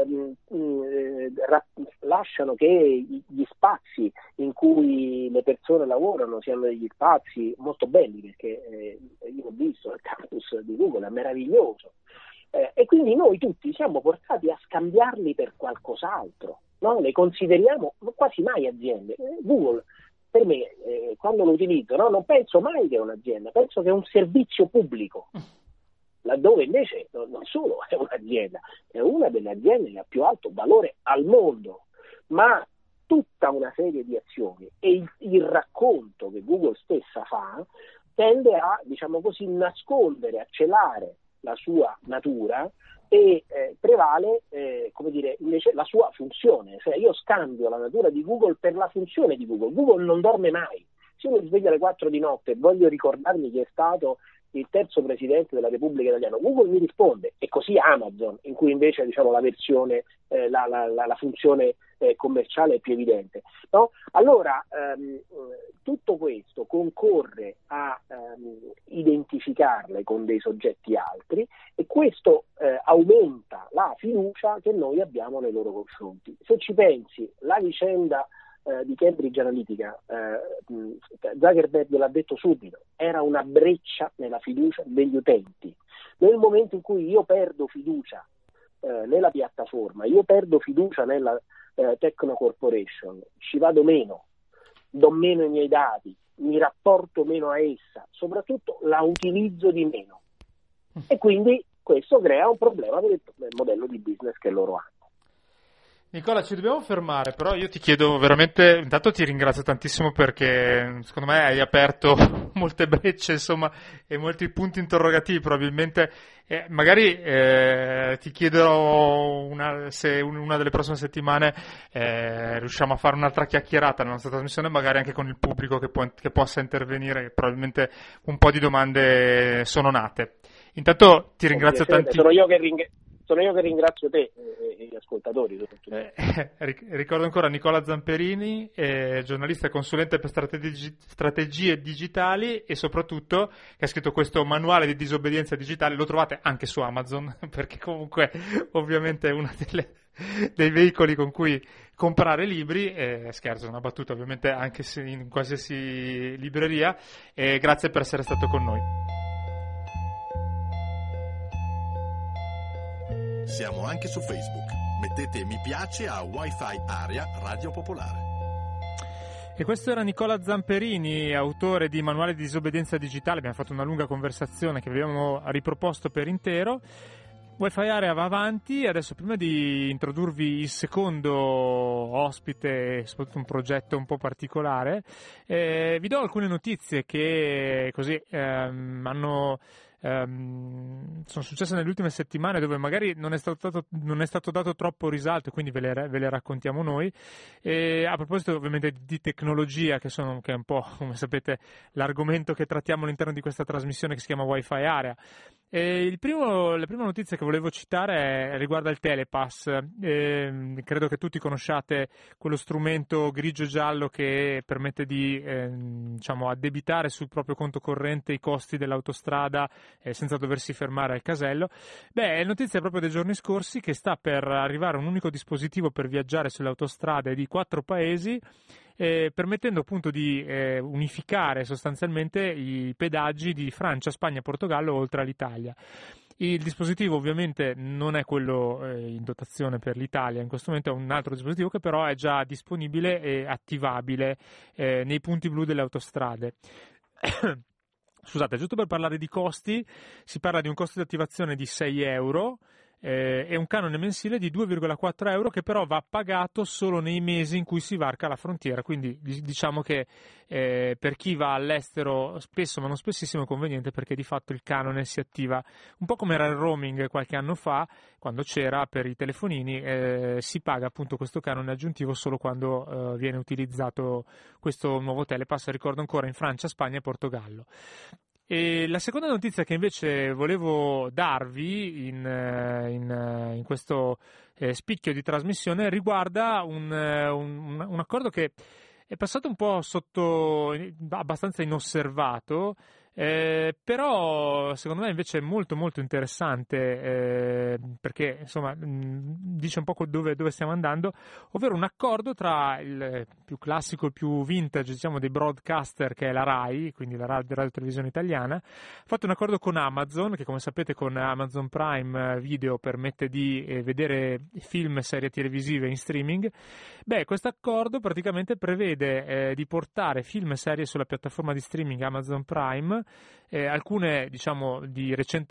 mh, ra- lasciano che gli spazi in cui le persone lavorano siano degli spazi molto belli, perché eh, io ho visto il campus di Google, è meraviglioso, eh, e quindi noi tutti siamo portati a scambiarli per qualcos'altro, no? Le consideriamo quasi mai aziende. Google per me, eh, quando lo utilizzo, no, non penso mai che è un'azienda, penso che è un servizio pubblico, laddove invece non solo è un'azienda, è una delle aziende che ha più alto valore al mondo, ma tutta una serie di azioni e il, il racconto che Google stessa fa tende a, diciamo così, nascondere, a celare la sua natura e eh, prevale, eh, come dire, invece la sua funzione. Cioè io scambio la natura di Google per la funzione di Google. Google non dorme mai. Se io mi sveglio alle quattro di notte e voglio ricordarmi chi è stato il terzo presidente della Repubblica Italiana, Google mi risponde, e così Amazon, in cui invece, diciamo, la versione, eh, la, la, la, la funzione eh, commerciale è più evidente, no? Allora ehm, tutto questo concorre a ehm, identificarle con dei soggetti altri, e questo eh, aumenta la fiducia che noi abbiamo nei loro confronti. Se ci pensi, la vicenda di Cambridge Analytica, eh, Zuckerberg l'ha detto subito, era una breccia nella fiducia degli utenti. Nel momento in cui io perdo fiducia eh, nella piattaforma, io perdo fiducia nella eh, Techno Corporation, ci vado meno, do meno i miei dati, mi rapporto meno a essa, soprattutto la utilizzo di meno, e quindi questo crea un problema per il modello di business che loro hanno. Nicola, ci dobbiamo fermare, però io ti chiedo veramente, intanto ti ringrazio tantissimo perché secondo me hai aperto molte brecce, insomma, e molti punti interrogativi. Probabilmente eh, magari eh, ti chiederò una, se una delle prossime settimane eh, riusciamo a fare un'altra chiacchierata nella nostra trasmissione, magari anche con il pubblico che, può, che possa intervenire. Probabilmente un po' di domande sono nate. Intanto ti ringrazio tantissimo. Sono io che ringrazio. Sono io che ringrazio te e gli ascoltatori. Eh, ricordo ancora Nicola Zamperini, eh, giornalista e consulente per strategi- strategie digitali, e soprattutto che ha scritto questo manuale di disobbedienza digitale. Lo trovate anche su Amazon, perché comunque ovviamente è uno dei veicoli con cui comprare libri. Eh, scherzo, una battuta, ovviamente anche in qualsiasi libreria. E grazie per essere stato con noi. Siamo anche su Facebook. Mettete mi piace a Wi-Fi Area Radio Popolare. E questo era Nicola Zamperini, autore di Manuale di disobbedienza digitale. Abbiamo fatto una lunga conversazione che abbiamo riproposto per intero. Wi-Fi Area va avanti. Adesso, prima di introdurvi il secondo ospite, soprattutto un progetto un po' particolare, eh, vi do alcune notizie che così ehm, hanno... Um, sono successe nelle ultime settimane, dove magari non è stato dato, non è stato dato troppo risalto, quindi ve le, ve le raccontiamo noi. E a proposito ovviamente di tecnologia, che, sono, che è un po', come sapete, l'argomento che trattiamo all'interno di questa trasmissione che si chiama Wi-Fi Area. E il primo, la prima notizia che volevo citare è, riguarda il Telepass. Eh, credo che tutti conosciate quello strumento grigio-giallo che permette di eh, diciamo, addebitare sul proprio conto corrente i costi dell'autostrada eh, senza doversi fermare al casello. Beh, è notizia proprio dei giorni scorsi che sta per arrivare un unico dispositivo per viaggiare sulle autostrade di quattro paesi, Eh, permettendo appunto di eh, unificare sostanzialmente i pedaggi di Francia, Spagna, Portogallo oltre all'Italia. Il dispositivo ovviamente non è quello eh, in dotazione per l'Italia, in questo momento è un altro dispositivo che però è già disponibile e attivabile eh, nei punti blu delle autostrade. Scusate, giusto per parlare di costi, si parla di un costo di attivazione di sei euro eh, e un canone mensile di due virgola quattro euro che però va pagato solo nei mesi in cui si varca la frontiera, quindi diciamo che eh, per chi va all'estero spesso ma non spessissimo è conveniente, perché di fatto il canone si attiva un po' come era il roaming qualche anno fa, quando c'era per i telefonini, eh, si paga appunto questo canone aggiuntivo solo quando eh, viene utilizzato questo nuovo telepass, ricordo ancora in Francia, Spagna e Portogallo. E la seconda notizia che invece volevo darvi in, in, in questo eh, spicchio di trasmissione riguarda un, un, un accordo che è passato un po' sotto, abbastanza inosservato, eh, però secondo me invece è molto molto interessante eh, perché insomma mh, dice un po' dove, dove stiamo andando, ovvero un accordo tra il più classico, il più vintage diciamo dei broadcaster, che è la RAI, quindi la radio, radio televisione italiana. Ha fatto un accordo con Amazon, che come sapete con Amazon Prime Video permette di eh, vedere film e serie televisive in streaming. Beh, questo accordo praticamente prevede eh, di portare film e serie sulla piattaforma di streaming Amazon Prime, eh, alcune diciamo di recente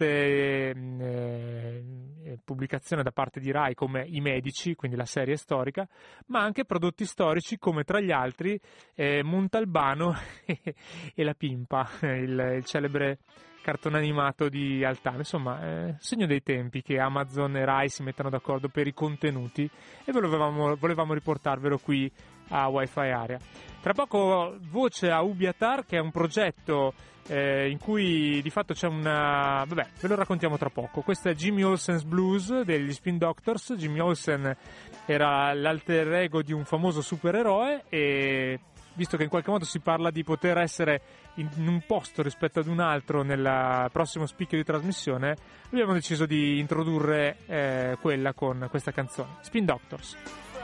eh, pubblicazione da parte di RAI come I Medici, quindi la serie storica, ma anche prodotti storici come tra gli altri eh, Montalbano e La Pimpa, il, il celebre cartone animato di Altano. Insomma, eh, segno dei tempi che Amazon e RAI si mettano d'accordo per i contenuti, e volevamo, volevamo riportarvelo qui a Wi-Fi Area. Tra poco voce a Ubiatar, che è un progetto eh, in cui di fatto c'è una... vabbè, ve lo raccontiamo tra poco. Questo è Jimmy Olsen's Blues degli Spin Doctors. Jimmy Olsen era l'alter ego di un famoso supereroe, e visto che in qualche modo si parla di poter essere in un posto rispetto ad un altro nel prossimo spicchio di trasmissione, abbiamo deciso di introdurre eh, quella con questa canzone, Spin Doctors.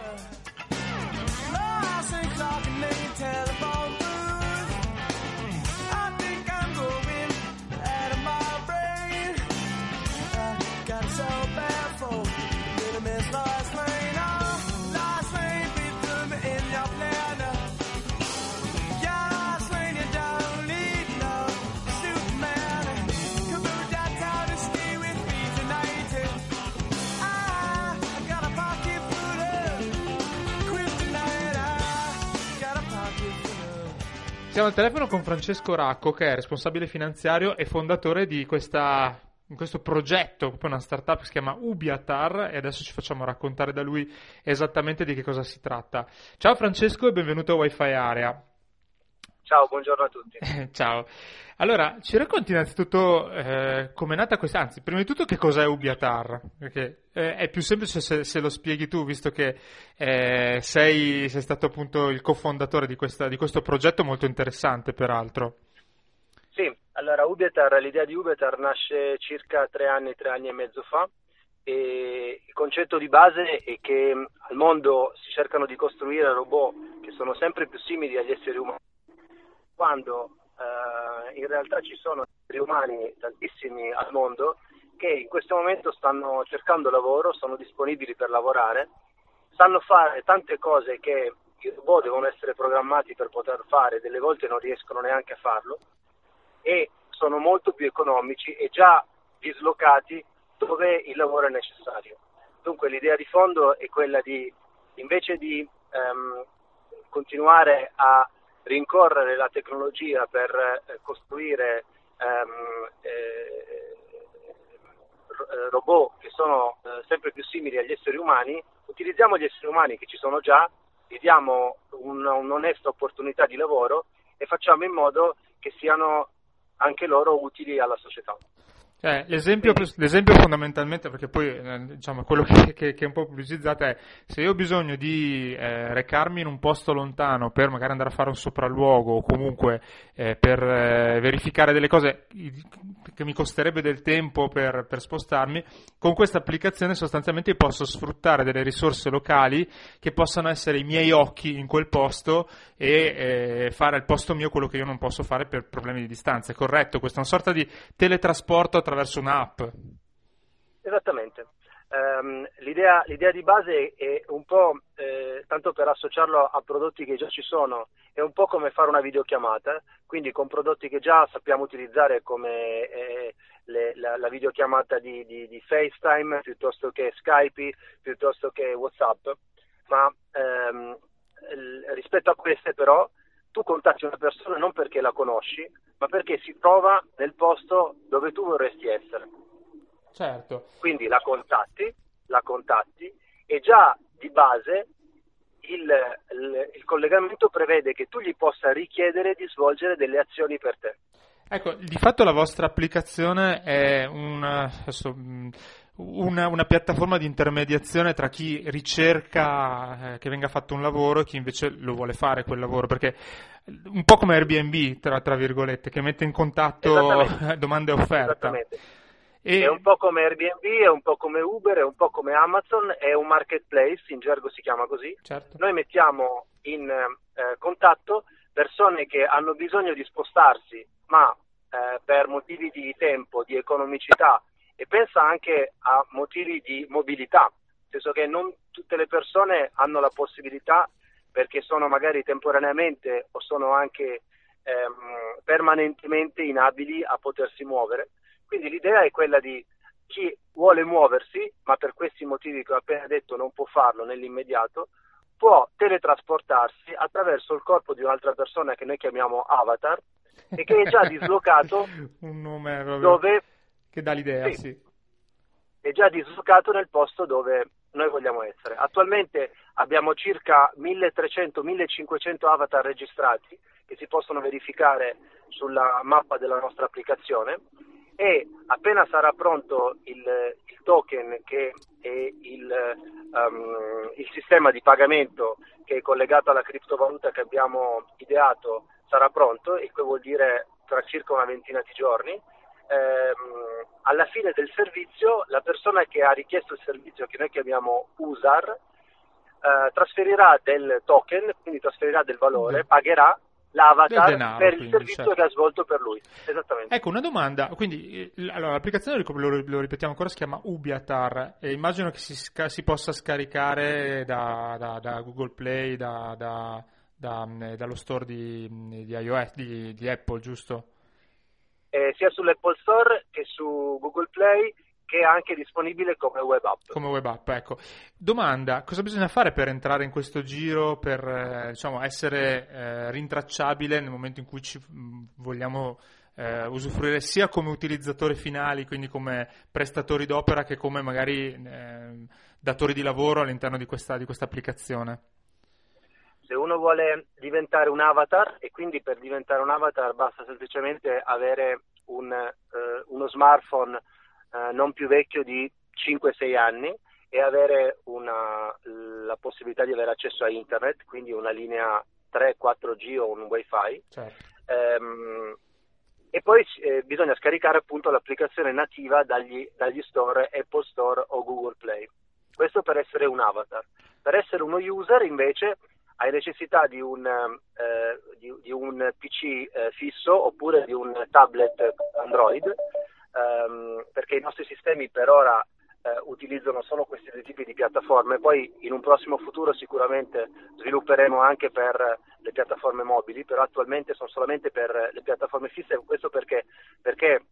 Siamo al telefono con Francesco Racco, che è responsabile finanziario e fondatore di questa, in questo progetto, proprio una startup che si chiama Ubiatar, e adesso ci facciamo raccontare da lui esattamente di che cosa si tratta. Ciao Francesco e benvenuto a Wi-Fi Area. Ciao, buongiorno a tutti. Ciao. Allora, ci racconti innanzitutto eh, come è nata questa, anzi, prima di tutto che cos'è Ubiatar? Perché eh, è più semplice se, se lo spieghi tu, visto che eh, sei, sei stato appunto il cofondatore di, questa, di questo progetto molto interessante, peraltro. Sì, allora Ubiatar, l'idea di Ubiatar nasce circa tre anni, tre anni e mezzo fa, e il concetto di base è che al mondo si cercano di costruire robot che sono sempre più simili agli esseri umani, quando eh, in realtà ci sono esseri umani tantissimi al mondo che in questo momento stanno cercando lavoro, sono disponibili per lavorare, sanno fare tante cose che i robot devono essere programmati per poter fare, delle volte non riescono neanche a farlo, e sono molto più economici e già dislocati dove il lavoro è necessario. Dunque l'idea di fondo è quella di, invece di ehm, continuare a rincorrere la tecnologia per eh, costruire ehm, eh, robot che sono eh, sempre più simili agli esseri umani, utilizziamo gli esseri umani che ci sono già, gli diamo un, un'onesta opportunità di lavoro e facciamo in modo che siano anche loro utili alla società. Eh, l'esempio, l'esempio fondamentalmente, perché poi eh, diciamo quello che, che, che è un po' pubblicizzato è: se io ho bisogno di eh, recarmi in un posto lontano per magari andare a fare un sopralluogo o comunque eh, per eh, verificare delle cose che mi costerebbe del tempo per, per spostarmi, con questa applicazione sostanzialmente posso sfruttare delle risorse locali che possano essere i miei occhi in quel posto e eh, fare al posto mio quello che io non posso fare per problemi di distanza. È corretto? Questa è una sorta di teletrasporto attraverso un'app. Esattamente. Um, l'idea, l'idea di base è un po', eh, tanto per associarlo a prodotti che già ci sono, è un po' come fare una videochiamata, quindi con prodotti che già sappiamo utilizzare come eh, le, la, la videochiamata di, di, di FaceTime, piuttosto che Skype, piuttosto che WhatsApp, ma ehm, rispetto a queste però tu contatti una persona non perché la conosci, ma perché si trova nel posto dove tu vorresti essere. Certo. Quindi la contatti, la contatti e già di base il, il, il collegamento prevede che tu gli possa richiedere di svolgere delle azioni per te. Ecco, di fatto la vostra applicazione è una, adesso, una, una piattaforma di intermediazione tra chi ricerca eh, che venga fatto un lavoro e chi invece lo vuole fare quel lavoro, perché un po' come Airbnb, tra, tra virgolette, che mette in contatto domanda e offerta. Esattamente. E... È un po' come Airbnb, è un po' come Uber, è un po' come Amazon, è un marketplace, in gergo si chiama così. Certo. Noi mettiamo in eh, contatto persone che hanno bisogno di spostarsi, ma eh, per motivi di tempo, di economicità e pensa anche a motivi di mobilità, nel senso che non tutte le persone hanno la possibilità, perché sono magari temporaneamente o sono anche ehm, permanentemente inabili a potersi muovere. Quindi l'idea è quella di chi vuole muoversi, ma per questi motivi che ho appena detto non può farlo nell'immediato, può teletrasportarsi attraverso il corpo di un'altra persona che noi chiamiamo avatar e che è già dislocato un nome proprio dove che dà l'idea, sì. sì. È già dislocato nel posto dove noi vogliamo essere. Attualmente abbiamo circa milletrecento millecinquecento avatar registrati che si possono verificare sulla mappa della nostra applicazione. E appena sarà pronto il, il token, che è il, um, il sistema di pagamento che è collegato alla criptovaluta che abbiamo ideato, sarà pronto, il che vuol dire tra circa una ventina di giorni, ehm, alla fine del servizio la persona che ha richiesto il servizio, che noi chiamiamo user, eh, trasferirà del token, quindi trasferirà del valore, pagherà l'avatar denaro, per il quindi, servizio certo. che ha svolto per lui. Esattamente. Ecco, una domanda, quindi allora, l'applicazione, lo, lo ripetiamo ancora, si chiama Ubiatar e immagino che si, sca- si possa scaricare da, da, da Google Play, da, da, da, dallo store di, di iOS, di, di Apple, giusto? Eh, sia sull'Apple Store che su Google Play, che è anche disponibile come web app. Come web app, ecco. Domanda, cosa bisogna fare per entrare in questo giro, per eh, diciamo, essere eh, rintracciabile nel momento in cui ci mh, vogliamo eh, usufruire sia come utilizzatori finali, quindi come prestatori d'opera, che come magari eh, datori di lavoro all'interno di questa, di questa applicazione? Se uno vuole diventare un avatar, e quindi per diventare un avatar basta semplicemente avere un, eh, uno smartphone Uh, non più vecchio di cinque sei anni e avere una, la possibilità di avere accesso a internet, quindi una linea tre quattro G o un wifi. Certo. Um, e poi eh, bisogna scaricare appunto l'applicazione nativa dagli, dagli store Apple Store o Google Play. Questo per essere un avatar. Per essere uno user invece hai necessità di un, eh, di, di un P C eh, fisso oppure di un tablet Android, Um, perché i nostri sistemi per ora uh, utilizzano solo questi due tipi di piattaforme. Poi in un prossimo futuro sicuramente svilupperemo anche per le piattaforme mobili, però attualmente sono solamente per le piattaforme fisse. Questo perché, perché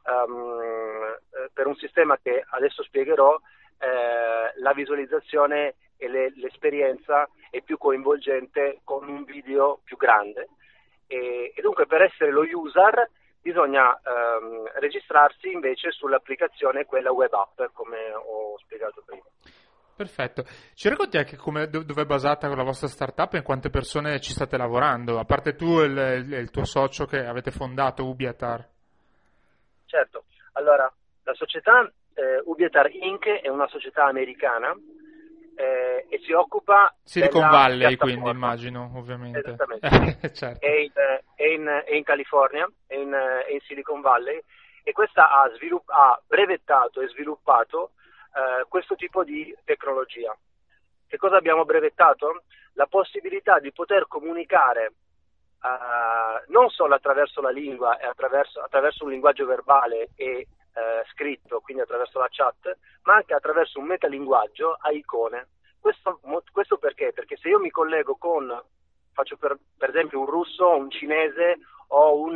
um, per un sistema che adesso spiegherò, eh, la visualizzazione e le, l'esperienza è più coinvolgente con un video più grande e, e dunque per essere lo user bisogna ehm, registrarsi invece sull'applicazione, quella web app, come ho spiegato prima. Perfetto. Ci racconti anche come, dove è basata la vostra startup e in quante persone ci state lavorando? A parte tu e il, il tuo socio che avete fondato, Ubiatar. Certo. Allora, la società eh, Ubiatar Incorporated è una società americana eh, e si occupa Silicon Valley, quindi immagino, ovviamente. Esattamente. Certo. È in, è, in, è in California, è in, è in Silicon Valley, e questa ha, svilupp- ha brevettato e sviluppato eh, questo tipo di tecnologia. Che cosa abbiamo brevettato? La possibilità di poter comunicare eh, non solo attraverso la lingua e attraverso, attraverso un linguaggio verbale e eh, scritto, quindi attraverso la chat, ma anche attraverso un metalinguaggio a icone. Questo, questo perché? Perché se io mi collego con, faccio per, per esempio un russo, un cinese o un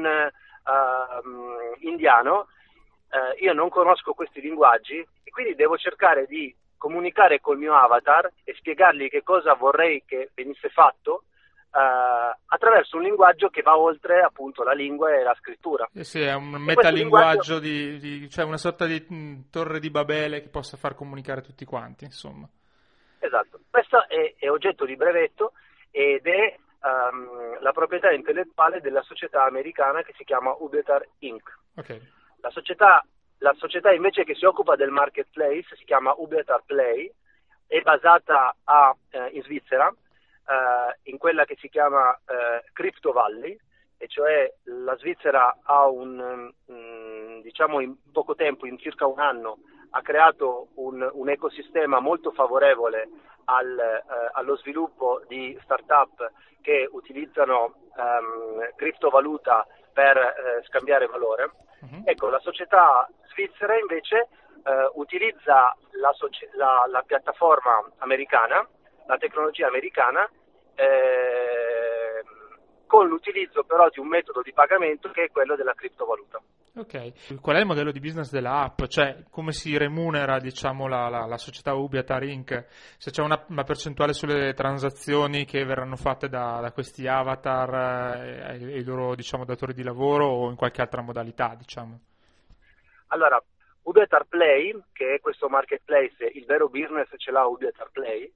uh, indiano, uh, io non conosco questi linguaggi e quindi devo cercare di comunicare col mio avatar e spiegargli che cosa vorrei che venisse fatto Uh, attraverso un linguaggio che va oltre appunto la lingua e la scrittura. Eh sì, è un metalinguaggio, di, di, cioè una sorta di mh, torre di Babele che possa far comunicare tutti quanti, insomma. Esatto, questo è, è oggetto di brevetto ed è um, la proprietà intellettuale della società americana che si chiama Ubietar Incorporated. Okay. La società, la società invece che si occupa del marketplace si chiama Ubietar Play, è basata a, eh, in Svizzera, Uh, in quella che si chiama uh, Crypto Valley, e cioè la Svizzera ha un, um, diciamo in poco tempo, in circa un anno, ha creato un, un ecosistema molto favorevole al, uh, allo sviluppo di start-up che utilizzano um, criptovaluta per uh, scambiare valore. Uh-huh. Ecco, la società svizzera invece uh, utilizza la, soci- la, la piattaforma americana, la tecnologia americana, eh, con l'utilizzo però di un metodo di pagamento che è quello della criptovaluta. Ok, qual è il modello di business dell'app? Cioè, come si remunera, diciamo, la, la, la società Ubietar Incorporated? Se c'è una, una percentuale sulle transazioni che verranno fatte da, da questi avatar e, e i loro, diciamo, datori di lavoro, o in qualche altra modalità, diciamo? Allora, Ubietar Play, che è questo marketplace, il vero business ce l'ha Ubietar Play.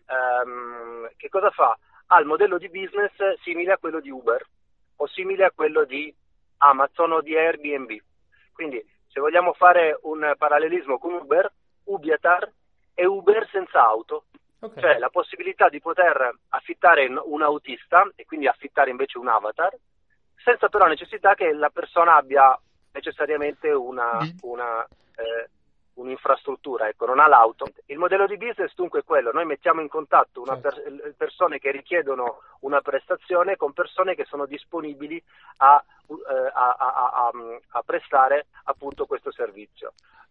Um, che cosa fa? Ha il modello di business simile a quello di Uber o simile a quello di Amazon o di Airbnb. Quindi, se vogliamo fare un parallelismo con Uber, Ubietar è Uber senza auto. Okay. Cioè la possibilità di poter affittare un autista e quindi affittare invece un avatar, senza però necessità che la persona abbia necessariamente una, una eh, un'infrastruttura, ecco, non ha l'auto. Il modello di business dunque è quello: noi mettiamo in contatto una per- persone che richiedono una prestazione con persone che sono disponibili a, eh, a, a, a, a prestare appunto questo servizio.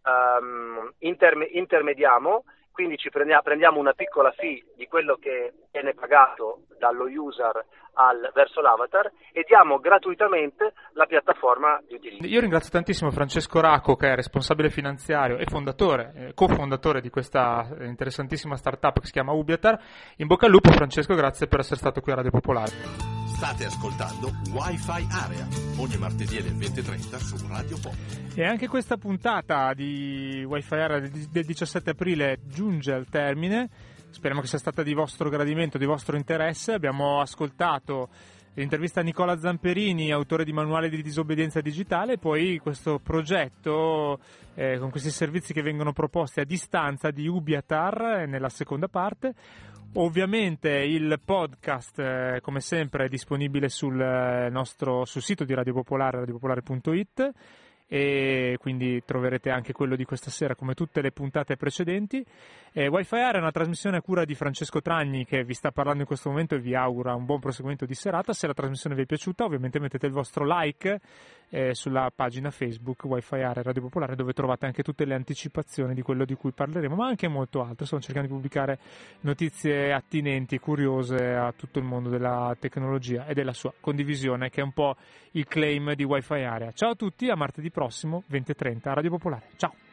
Um, interme- intermediamo, quindi ci prendiamo, prendiamo una piccola fee di quello che viene pagato dallo user al, verso l'avatar e diamo gratuitamente la piattaforma di utilizzo. Io ringrazio tantissimo Francesco Racco, che è responsabile finanziario e fondatore, eh, cofondatore di questa interessantissima startup che si chiama Ubietar. In bocca al lupo, Francesco, grazie per essere stato qui a Radio Popolare. State ascoltando Wi-Fi Area, ogni martedì alle venti e trenta su Radio Pop. E anche questa puntata di Wi-Fi Area del diciassette aprile giunge al termine. Speriamo che sia stata di vostro gradimento, di vostro interesse. Abbiamo ascoltato l'intervista a Nicola Zamperini, autore di Manuale di disobbedienza digitale, e poi questo progetto eh, con questi servizi che vengono proposti a distanza di Ubietar eh, nella seconda parte. Ovviamente il podcast, eh, come sempre, è disponibile sul nostro sul sito di Radio Popolare, radiopopolare punto it, e quindi troverete anche quello di questa sera come tutte le puntate precedenti. eh, Wi-Fi Area è una trasmissione a cura di Francesco Tragni, che vi sta parlando in questo momento e vi augura un buon proseguimento di serata. Se la trasmissione vi è piaciuta, ovviamente mettete il vostro like eh, sulla pagina Facebook Wi-Fi Area Radio Popolare, dove trovate anche tutte le anticipazioni di quello di cui parleremo, ma anche molto altro. Stiamo cercando di pubblicare notizie attinenti e curiose a tutto il mondo della tecnologia e della sua condivisione, che è un po' il claim di Wi-Fi Area. Ciao a tutti, a martedì prossimo venti e trenta a Radio Popolare. Ciao!